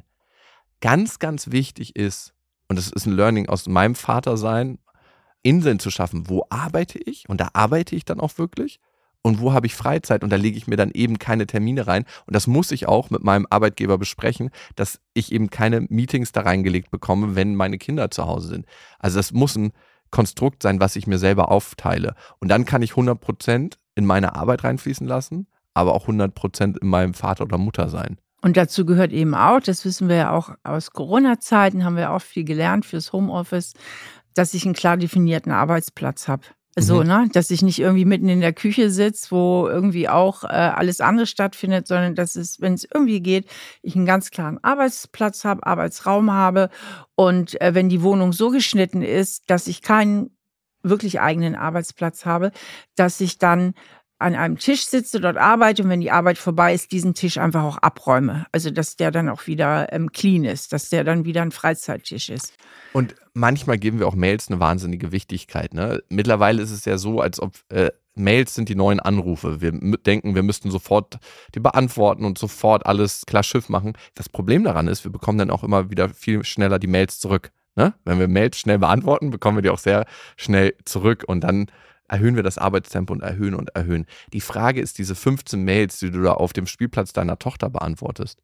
Ganz, ganz wichtig ist, und das ist ein Learning aus meinem Vatersein, Inseln zu schaffen, wo arbeite ich und da arbeite ich dann auch wirklich und wo habe ich Freizeit und da lege ich mir dann eben keine Termine rein und das muss ich auch mit meinem Arbeitgeber besprechen, dass ich eben keine Meetings da reingelegt bekomme, wenn meine Kinder zu Hause sind. Also das muss ein Konstrukt sein, was ich mir selber aufteile und dann kann ich 100% in meine Arbeit reinfließen lassen, aber auch 100% in meinem Vater oder Mutter sein. Und dazu gehört eben auch, das wissen wir ja auch aus Corona-Zeiten, haben wir auch viel gelernt fürs Homeoffice, dass ich einen klar definierten Arbeitsplatz habe. So, dass ich nicht irgendwie mitten in der Küche sitze, wo irgendwie auch alles andere stattfindet, sondern dass es, wenn es irgendwie geht, ich einen ganz klaren Arbeitsplatz habe, Arbeitsraum habe und wenn die Wohnung so geschnitten ist, dass ich keinen wirklich eigenen Arbeitsplatz habe, dass ich dann an einem Tisch sitze, dort arbeite und wenn die Arbeit vorbei ist, diesen Tisch einfach auch abräume. Also, dass der dann auch wieder clean ist, dass der dann wieder ein Freizeittisch ist. Und manchmal geben wir auch Mails eine wahnsinnige Wichtigkeit. Ne? Mittlerweile ist es ja so, als ob Mails sind die neuen Anrufe. Wir denken, wir müssten sofort die beantworten und sofort alles klar Schiff machen. Das Problem daran ist, wir bekommen dann auch immer wieder viel schneller die Mails zurück. Ne? Wenn wir Mails schnell beantworten, bekommen wir die auch sehr schnell zurück und dann erhöhen wir das Arbeitstempo und erhöhen und erhöhen. Die Frage ist, diese 15 Mails, die du da auf dem Spielplatz deiner Tochter beantwortest,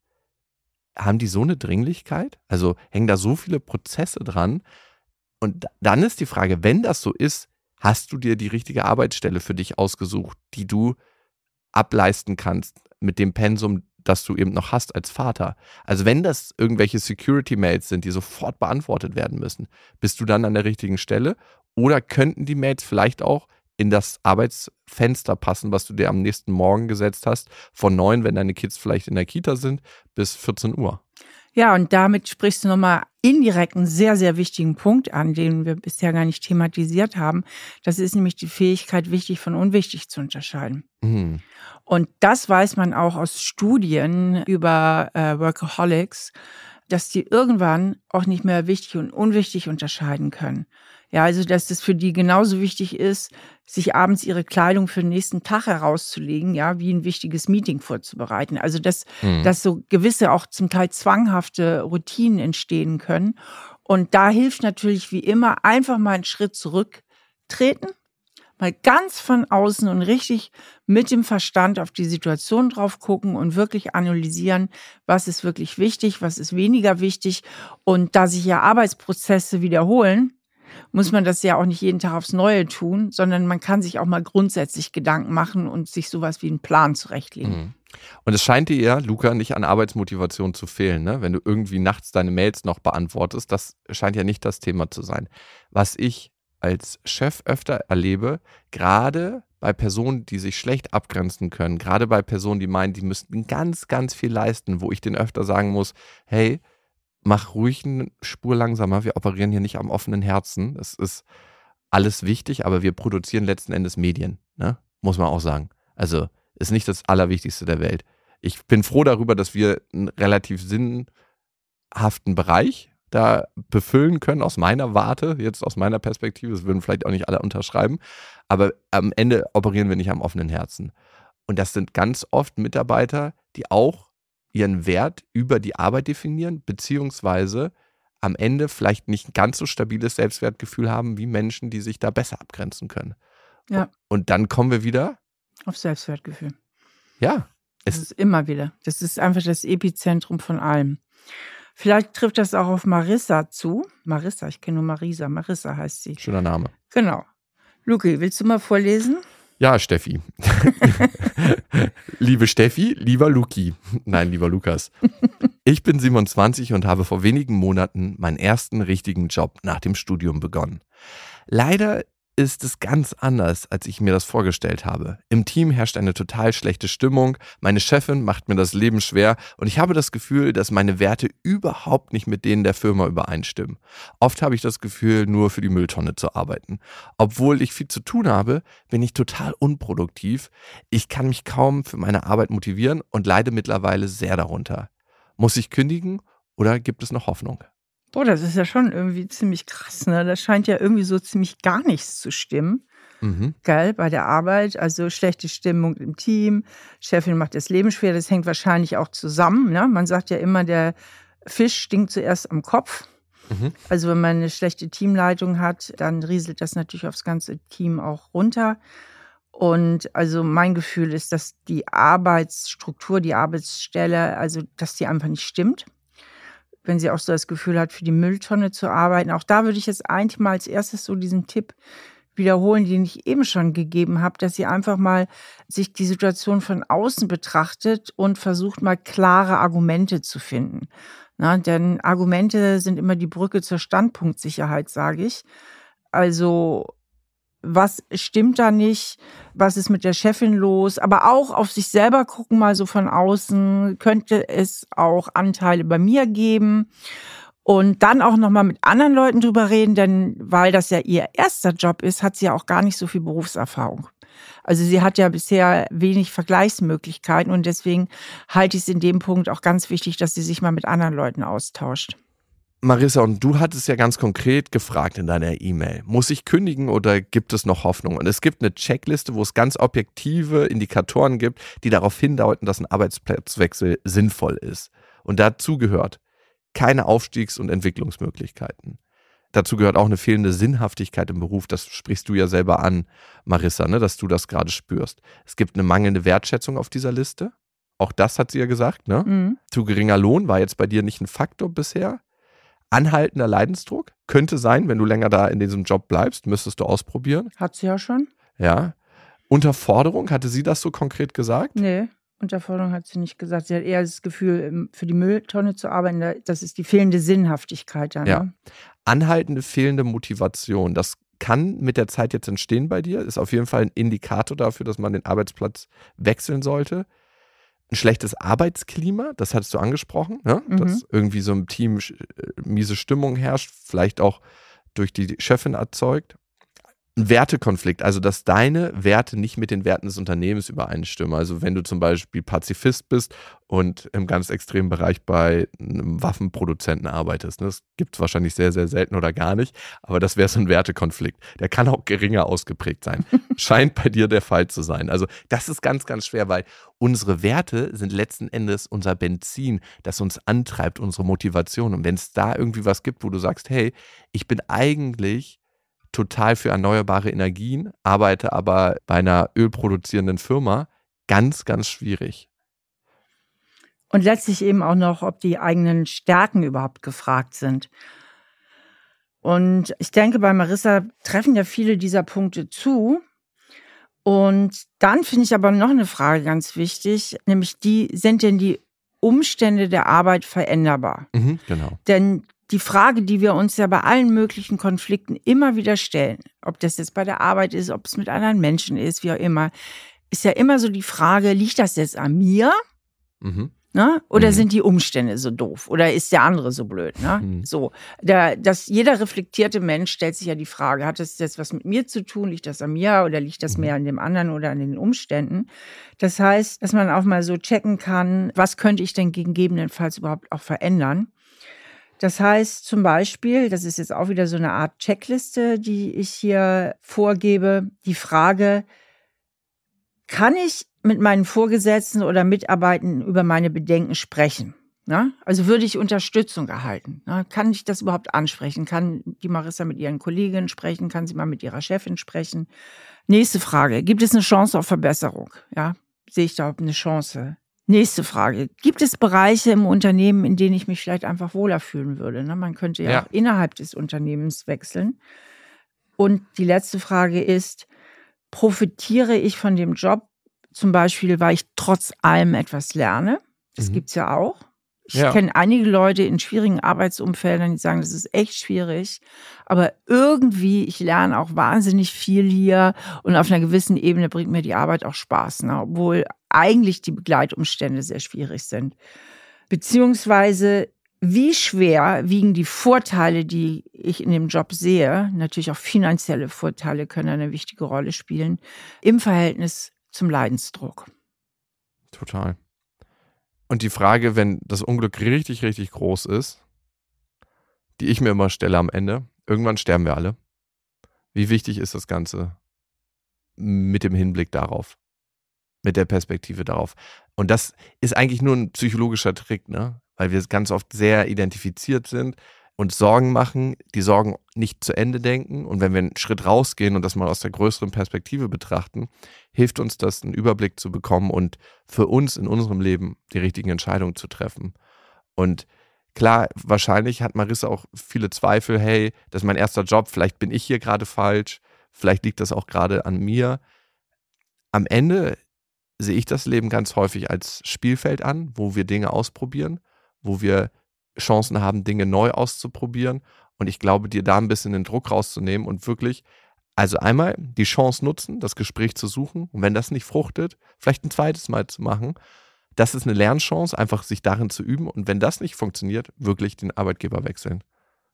haben die so eine Dringlichkeit? Also hängen da so viele Prozesse dran? Und dann ist die Frage, wenn das so ist, hast du dir die richtige Arbeitsstelle für dich ausgesucht, die du ableisten kannst mit dem Pensum, das du eben noch hast als Vater? Also wenn das irgendwelche Security-Mails sind, die sofort beantwortet werden müssen, bist du dann an der richtigen Stelle? Oder könnten die Mails vielleicht auch in das Arbeitsfenster passen, was du dir am nächsten Morgen gesetzt hast, von 9, wenn deine Kids vielleicht in der Kita sind, bis 14 Uhr? Ja, und damit sprichst du nochmal indirekt einen sehr, sehr wichtigen Punkt an, den wir bisher gar nicht thematisiert haben. Das ist nämlich die Fähigkeit, wichtig von unwichtig zu unterscheiden. Mhm. Und das weiß man auch aus Studien über Workaholics, dass die irgendwann auch nicht mehr wichtig und unwichtig unterscheiden können. Ja, also dass das für die genauso wichtig ist, sich abends ihre Kleidung für den nächsten Tag herauszulegen, ja, wie ein wichtiges Meeting vorzubereiten. Also dass so gewisse, auch zum Teil zwanghafte Routinen entstehen können. Und da hilft natürlich wie immer einfach mal einen Schritt zurücktreten, Mal ganz von außen und richtig mit dem Verstand auf die Situation drauf gucken und wirklich analysieren, was ist wirklich wichtig, was ist weniger wichtig. Und da sich ja Arbeitsprozesse wiederholen, muss man das ja auch nicht jeden Tag aufs Neue tun, sondern man kann sich auch mal grundsätzlich Gedanken machen und sich sowas wie einen Plan zurechtlegen. Mhm. Und es scheint dir ja, Luca, nicht an Arbeitsmotivation zu fehlen, ne? Wenn du irgendwie nachts deine Mails noch beantwortest, das scheint ja nicht das Thema zu sein. Was ich als Chef öfter erlebe, gerade bei Personen, die sich schlecht abgrenzen können, gerade bei Personen, die meinen, die müssten ganz, ganz viel leisten, wo ich denen öfter sagen muss, hey, mach ruhig eine Spur langsamer, wir operieren hier nicht am offenen Herzen. Das ist alles wichtig, aber wir produzieren letzten Endes Medien, ne? Muss man auch sagen. Also ist nicht das Allerwichtigste der Welt. Ich bin froh darüber, dass wir einen relativ sinnhaften Bereich da befüllen können, aus meiner Warte, jetzt aus meiner Perspektive. Das würden vielleicht auch nicht alle unterschreiben. Aber am Ende operieren wir nicht am offenen Herzen. Und das sind ganz oft Mitarbeiter, die auch ihren Wert über die Arbeit definieren, beziehungsweise am Ende vielleicht nicht ein ganz so stabiles Selbstwertgefühl haben wie Menschen, die sich da besser abgrenzen können. Ja. Und dann kommen wir wieder, Auf Selbstwertgefühl. ja, Das ist immer wieder. Das ist einfach das Epizentrum von allem. Vielleicht trifft das auch auf Marissa zu. Marissa, ich kenne nur Marisa. Marissa heißt sie. schöner Name. Genau. Luki, willst du mal vorlesen? Ja, Steffi. Liebe Steffi, lieber Luki. Nein, lieber Lukas. Ich bin 27 und habe vor wenigen Monaten meinen ersten richtigen Job nach dem Studium begonnen. Leider ist es ganz anders, als ich mir das vorgestellt habe. Im Team herrscht eine total schlechte Stimmung, meine Chefin macht mir das Leben schwer und ich habe das Gefühl, dass meine Werte überhaupt nicht mit denen der Firma übereinstimmen. Oft habe ich das Gefühl, nur für die Mülltonne zu arbeiten. Obwohl ich viel zu tun habe, bin ich total unproduktiv. Ich kann mich kaum für meine Arbeit motivieren und leide mittlerweile sehr darunter. Muss ich kündigen oder gibt es noch Hoffnung? Boah, das ist ja schon irgendwie ziemlich krass, ne? Das scheint ja irgendwie so ziemlich gar nichts zu stimmen, Mhm. gell, bei der Arbeit. Also schlechte Stimmung im Team, Chefin macht das Leben schwer, das hängt wahrscheinlich auch zusammen, ne? Man sagt ja immer, der Fisch stinkt zuerst am Kopf. Mhm. Also wenn man eine schlechte Teamleitung hat, dann rieselt das natürlich aufs ganze Team auch runter. Und also mein Gefühl ist, dass die Arbeitsstruktur, die Arbeitsstelle, also dass die einfach nicht stimmt. Wenn sie auch so das Gefühl hat, für die Mülltonne zu arbeiten. Auch da würde ich jetzt eigentlich mal als erstes so diesen Tipp wiederholen, den ich eben schon gegeben habe, dass sie einfach mal sich die Situation von außen betrachtet und versucht mal klare Argumente zu finden. Na, denn Argumente sind immer die Brücke zur Standpunktsicherheit, sage ich. Also was stimmt da nicht, was ist mit der Chefin los, aber auch auf sich selber gucken, mal so von außen, könnte es auch Anteile bei mir geben und dann auch nochmal mit anderen Leuten drüber reden, denn weil das ja ihr erster Job ist, hat sie ja auch gar nicht so viel Berufserfahrung. Also sie hat ja bisher wenig Vergleichsmöglichkeiten und deswegen halte ich es in dem Punkt auch ganz wichtig, dass sie sich mal mit anderen Leuten austauscht. Marissa, und du hattest ja ganz konkret gefragt in deiner E-Mail, muss ich kündigen oder gibt es noch Hoffnung? Und es gibt eine Checkliste, wo es ganz objektive Indikatoren gibt, die darauf hindeuten, dass ein Arbeitsplatzwechsel sinnvoll ist. Und dazu gehört keine Aufstiegs- und Entwicklungsmöglichkeiten. Dazu gehört auch eine fehlende Sinnhaftigkeit im Beruf. Das sprichst du ja selber an, Marissa, ne, dass du das gerade spürst. Es gibt eine mangelnde Wertschätzung auf dieser Liste. Auch das hat sie ja gesagt, ne? Mhm. Zu geringer Lohn war jetzt bei dir nicht ein Faktor bisher. Anhaltender Leidensdruck könnte sein, wenn du länger da in diesem Job bleibst, müsstest du ausprobieren. Hat sie ja schon? Ja. Unterforderung, hatte sie das so konkret gesagt? Nee, Unterforderung hat sie nicht gesagt. Sie hat eher das Gefühl, für die Mülltonne zu arbeiten, das ist die fehlende Sinnhaftigkeit dann. Ja. Ne? Anhaltende fehlende Motivation, das kann mit der Zeit jetzt entstehen bei dir, ist auf jeden Fall ein Indikator dafür, dass man den Arbeitsplatz wechseln sollte. Ein schlechtes Arbeitsklima, das hattest du angesprochen, ne? Dass irgendwie so im Team miese Stimmung herrscht, vielleicht auch durch die Chefin erzeugt. Ein Wertekonflikt, also dass deine Werte nicht mit den Werten des Unternehmens übereinstimmen. Also wenn du zum Beispiel Pazifist bist und im ganz extremen Bereich bei einem Waffenproduzenten arbeitest. Ne? Das gibt es wahrscheinlich sehr, sehr selten oder gar nicht, aber das wäre so ein Wertekonflikt. Der kann auch geringer ausgeprägt sein. Scheint bei dir der Fall zu sein. Also das ist ganz, ganz schwer, weil unsere Werte sind letzten Endes unser Benzin, das uns antreibt, unsere Motivation. Und wenn es da irgendwie was gibt, wo du sagst, hey, ich bin eigentlich total für erneuerbare Energien, arbeite aber bei einer ölproduzierenden Firma. Ganz, ganz schwierig. Und letztlich eben auch noch, ob die eigenen Stärken überhaupt gefragt sind. Und ich denke, bei Marissa treffen ja viele dieser Punkte zu. Und dann finde ich aber noch eine Frage ganz wichtig, nämlich sind denn die Umstände der Arbeit veränderbar? Genau. Denn die Frage, die wir uns ja bei allen möglichen Konflikten immer wieder stellen, ob das jetzt bei der Arbeit ist, ob es mit anderen Menschen ist, wie auch immer, ist ja immer so die Frage, liegt das jetzt an mir? Ne? Oder sind die Umstände so doof? Oder ist der andere so blöd? Ne? So, jeder reflektierte Mensch stellt sich ja die Frage, hat das jetzt was mit mir zu tun? Liegt das an mir oder liegt das mehr an dem anderen oder an den Umständen? Das heißt, dass man auch mal so checken kann, was könnte ich denn gegebenenfalls überhaupt auch verändern? Das heißt zum Beispiel, das ist jetzt auch wieder so eine Art Checkliste, die ich hier vorgebe, die Frage, kann ich mit meinen Vorgesetzten oder Mitarbeitern über meine Bedenken sprechen? Ne? Also würde ich Unterstützung erhalten? Ne? Kann ich das überhaupt ansprechen? Kann die Marissa mit ihren Kolleginnen sprechen? Kann sie mal mit ihrer Chefin sprechen? Nächste Frage, gibt es eine Chance auf Verbesserung? Ja, sehe ich da eine Chance? Nächste Frage, gibt es Bereiche im Unternehmen, in denen ich mich vielleicht einfach wohler fühlen würde? Ne? Man könnte ja auch innerhalb des Unternehmens wechseln. Und die letzte Frage ist, profitiere ich von dem Job, zum Beispiel, weil ich trotz allem etwas lerne? Das gibt's ja auch. Ich kenne einige Leute in schwierigen Arbeitsumfeldern, die sagen, das ist echt schwierig. Aber irgendwie, ich lerne auch wahnsinnig viel hier und auf einer gewissen Ebene bringt mir die Arbeit auch Spaß, ne? Obwohl eigentlich die Begleitumstände sehr schwierig sind. Beziehungsweise, wie schwer wiegen die Vorteile, die ich in dem Job sehe, natürlich auch finanzielle Vorteile können eine wichtige Rolle spielen, im Verhältnis zum Leidensdruck. Total. Und die Frage, wenn das Unglück richtig, richtig groß ist, die ich mir immer stelle am Ende, irgendwann sterben wir alle. Wie wichtig ist das Ganze mit dem Hinblick darauf, mit der Perspektive darauf? Und das ist eigentlich nur ein psychologischer Trick, ne? Weil wir ganz oft sehr identifiziert sind und Sorgen machen, die Sorgen nicht zu Ende denken. Und wenn wir einen Schritt rausgehen und das mal aus der größeren Perspektive betrachten, hilft uns das, einen Überblick zu bekommen und für uns in unserem Leben die richtigen Entscheidungen zu treffen. Und klar, wahrscheinlich hat Marissa auch viele Zweifel, hey, das ist mein erster Job, vielleicht bin ich hier gerade falsch, vielleicht liegt das auch gerade an mir. Am Ende sehe ich das Leben ganz häufig als Spielfeld an, wo wir Dinge ausprobieren, wo wir Chancen haben, Dinge neu auszuprobieren. Und ich glaube, dir da ein bisschen den Druck rauszunehmen und wirklich, also einmal die Chance nutzen, das Gespräch zu suchen. Und wenn das nicht fruchtet, vielleicht ein zweites Mal zu machen. Das ist eine Lernchance, einfach sich darin zu üben. Und wenn das nicht funktioniert, wirklich den Arbeitgeber wechseln.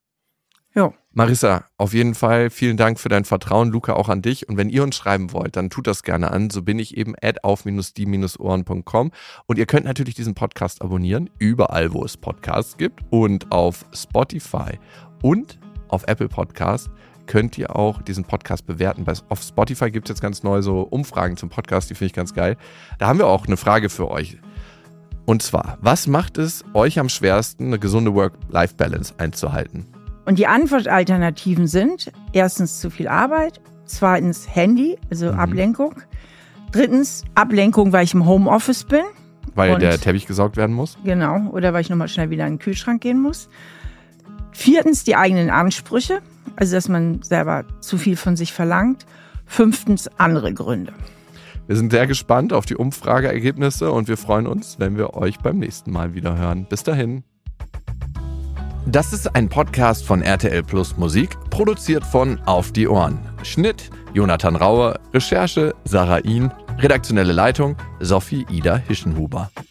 Jo. Marissa, auf jeden Fall vielen Dank für dein Vertrauen. Luca, auch an dich. Und wenn ihr uns schreiben wollt, dann tut das gerne an. So bin ich eben @auf-die-ohren.com. Und ihr könnt natürlich diesen Podcast abonnieren, überall, wo es Podcasts gibt. Und auf Spotify und auf Apple Podcast könnt ihr auch diesen Podcast bewerten. Auf Spotify gibt es jetzt ganz neu so Umfragen zum Podcast, die finde ich ganz geil. Da haben wir auch eine Frage für euch. Und zwar, was macht es euch am schwersten, eine gesunde Work-Life-Balance einzuhalten? Und die Antwortalternativen sind erstens zu viel Arbeit, zweitens Handy, also Ablenkung, drittens Ablenkung, weil ich im Homeoffice bin. Weil der Teppich gesaugt werden muss? Genau, oder weil ich nochmal schnell wieder in den Kühlschrank gehen muss. Viertens die eigenen Ansprüche, also dass man selber zu viel von sich verlangt. Fünftens andere Gründe. Wir sind sehr gespannt auf die Umfrageergebnisse und wir freuen uns, wenn wir euch beim nächsten Mal wieder hören. Bis dahin. Das ist ein Podcast von RTL Plus Musik, produziert von Auf die Ohren. Schnitt Jonathan Raue, Recherche Sarah Ihn, redaktionelle Leitung Sophie Ida Hischenhuber.